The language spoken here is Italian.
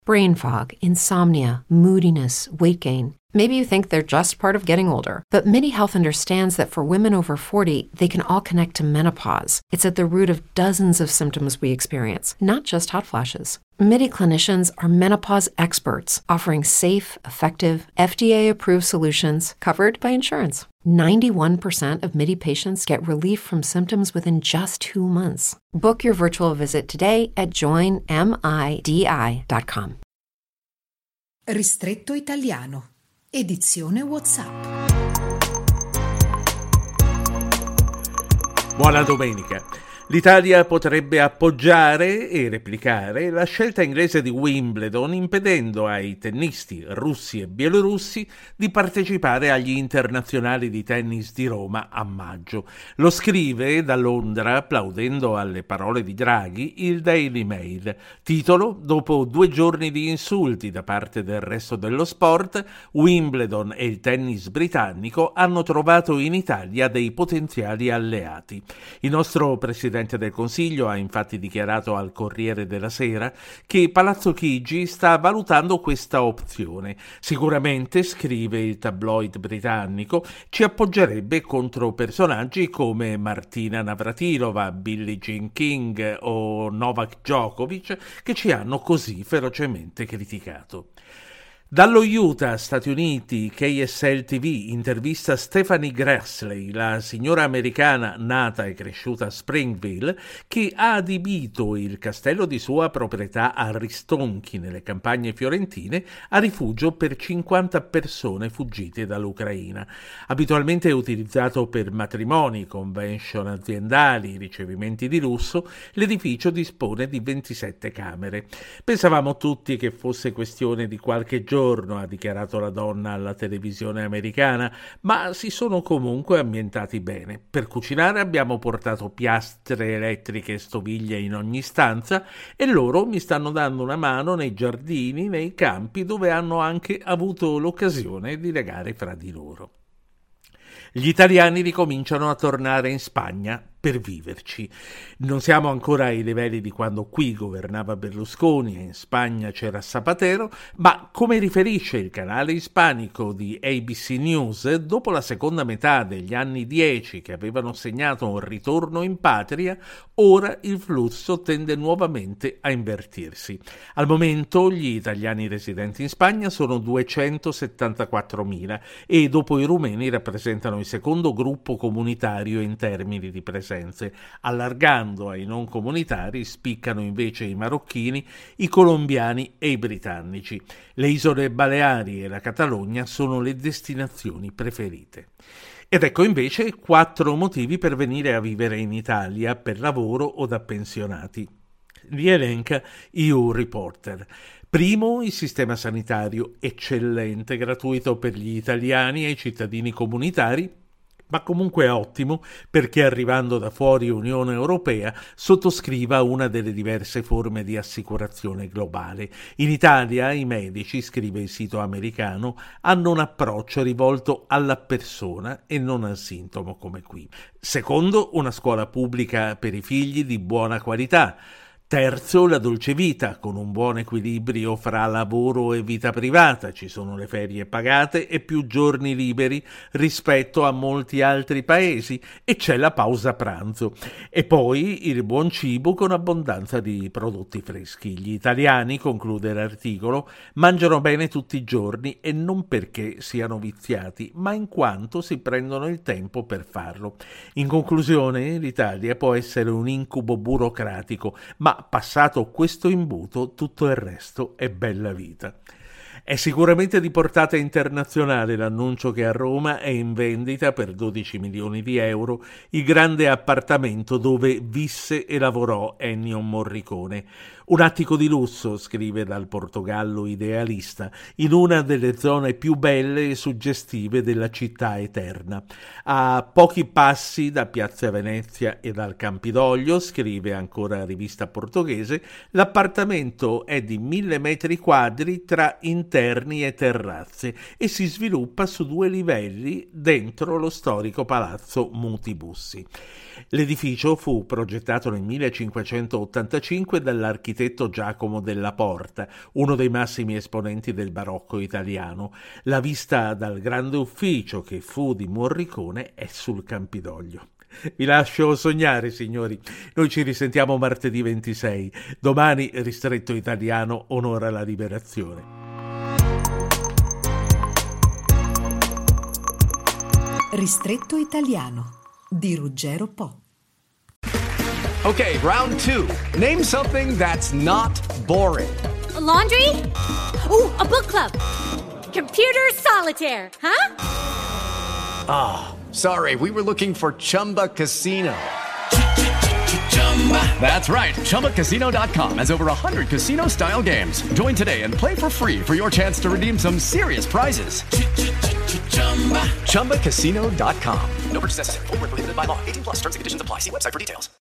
Brain fog, insomnia, moodiness, weight gain. Maybe you think they're just part of getting older, but MIDI Health understands that for women over 40, they can all connect to menopause. It's at the root of dozens of symptoms we experience, not just hot flashes. MIDI clinicians are menopause experts, offering safe, effective, FDA-approved solutions covered by insurance. 91% of MIDI patients get relief from symptoms within just 2 months. Book your virtual visit today at joinmidi.com. Ristretto Italiano. Edizione WhatsApp. Buona domenica. L'Italia potrebbe appoggiare e replicare la scelta inglese di Wimbledon, impedendo ai tennisti russi e bielorussi di partecipare agli internazionali di tennis di Roma a maggio. Lo scrive da Londra, applaudendo alle parole di Draghi, il Daily Mail. Titolo: dopo 2 giorni di insulti da parte del resto dello sport, Wimbledon e il tennis britannico hanno trovato in Italia dei potenziali alleati. Il nostro presidente del Consiglio ha infatti dichiarato al Corriere della Sera che Palazzo Chigi sta valutando questa opzione. Sicuramente, scrive il tabloid britannico, ci appoggerebbe contro personaggi come Martina Navratilova, Billie Jean King o Novak Djokovic, che ci hanno così ferocemente criticato. Dallo Utah, Stati Uniti, KSL TV intervista Stephanie Grassley, la signora americana nata e cresciuta a Springville, che ha adibito il castello di sua proprietà a Ristonchi, nelle campagne fiorentine, a rifugio per 50 persone fuggite dall'Ucraina. Abitualmente utilizzato per matrimoni, convention aziendali, ricevimenti di lusso, l'edificio dispone di 27 camere. Pensavamo tutti che fosse questione di qualche giorno, ha dichiarato la donna alla televisione americana, ma si sono comunque ambientati bene. Per cucinare abbiamo portato piastre elettriche e stoviglie in ogni stanza e loro mi stanno dando una mano nei giardini, nei campi, dove hanno anche avuto l'occasione di legare fra di loro. Gli italiani ricominciano a tornare in Spagna per viverci. Non siamo ancora ai livelli di quando qui governava Berlusconi e in Spagna c'era Zapatero, ma come riferisce il canale ispanico di ABC News, dopo la seconda metà degli anni 10 che avevano segnato un ritorno in patria, ora il flusso tende nuovamente a invertirsi. Al momento gli italiani residenti in Spagna sono 274.000 e dopo i rumeni rappresentano il secondo gruppo comunitario in termini di presenze. Allargando ai non comunitari spiccano invece i marocchini, i colombiani e i britannici. Le isole Baleari e la Catalogna sono le destinazioni preferite. Ed ecco invece 4 motivi per venire a vivere in Italia per lavoro o da pensionati. Li elenca EU Reporter. Primo, il sistema sanitario eccellente, gratuito per gli italiani e i cittadini comunitari, ma comunque ottimo perché arrivando da fuori Unione Europea sottoscriva una delle diverse forme di assicurazione globale. In Italia i medici, scrive il sito americano, hanno un approccio rivolto alla persona e non al sintomo come qui. Secondo, una scuola pubblica per i figli di buona qualità. Terzo, la dolce vita, con un buon equilibrio fra lavoro e vita privata. Ci sono le ferie pagate e più giorni liberi rispetto a molti altri paesi e c'è la pausa pranzo. E poi il buon cibo con abbondanza di prodotti freschi. Gli italiani, conclude l'articolo, mangiano bene tutti i giorni e non perché siano viziati, ma in quanto si prendono il tempo per farlo. In conclusione, l'Italia può essere un incubo burocratico, ma passato questo imbuto tutto il resto è bella vita. È sicuramente di portata internazionale l'annuncio che a Roma è in vendita per 12 milioni di euro il grande appartamento dove visse e lavorò Ennio Morricone. Un attico di lusso, scrive dal Portogallo Idealista, in una delle zone più belle e suggestive della città eterna. A pochi passi da Piazza Venezia e dal Campidoglio, scrive ancora Rivista Portoghese, l'appartamento è di 1.000 metri quadri tra interni e terrazze e si sviluppa su 2 livelli dentro lo storico palazzo Muti Bussi. L'edificio fu progettato nel 1585 dall'architetto Giacomo della Porta, uno dei massimi esponenti del barocco italiano. La vista dal grande ufficio che fu di Morricone è sul Campidoglio. Vi lascio sognare, signori. Noi ci risentiamo martedì 26. Domani Ristretto Italiano onora la liberazione. Ristretto Italiano di Ruggero Po. Okay, round 2. Name something that's not boring. A laundry? Ooh, a book club. Computer solitaire, huh? Ah, sorry, we were looking for Chumba Casino. That's right, ChumbaCasino.com has over 100 casino-style games. Join today and play for free for your chance to redeem some serious prizes. ChumbaCasino.com. No purchase necessary. Void where prohibited by law. 18+ terms and conditions apply. See website for details.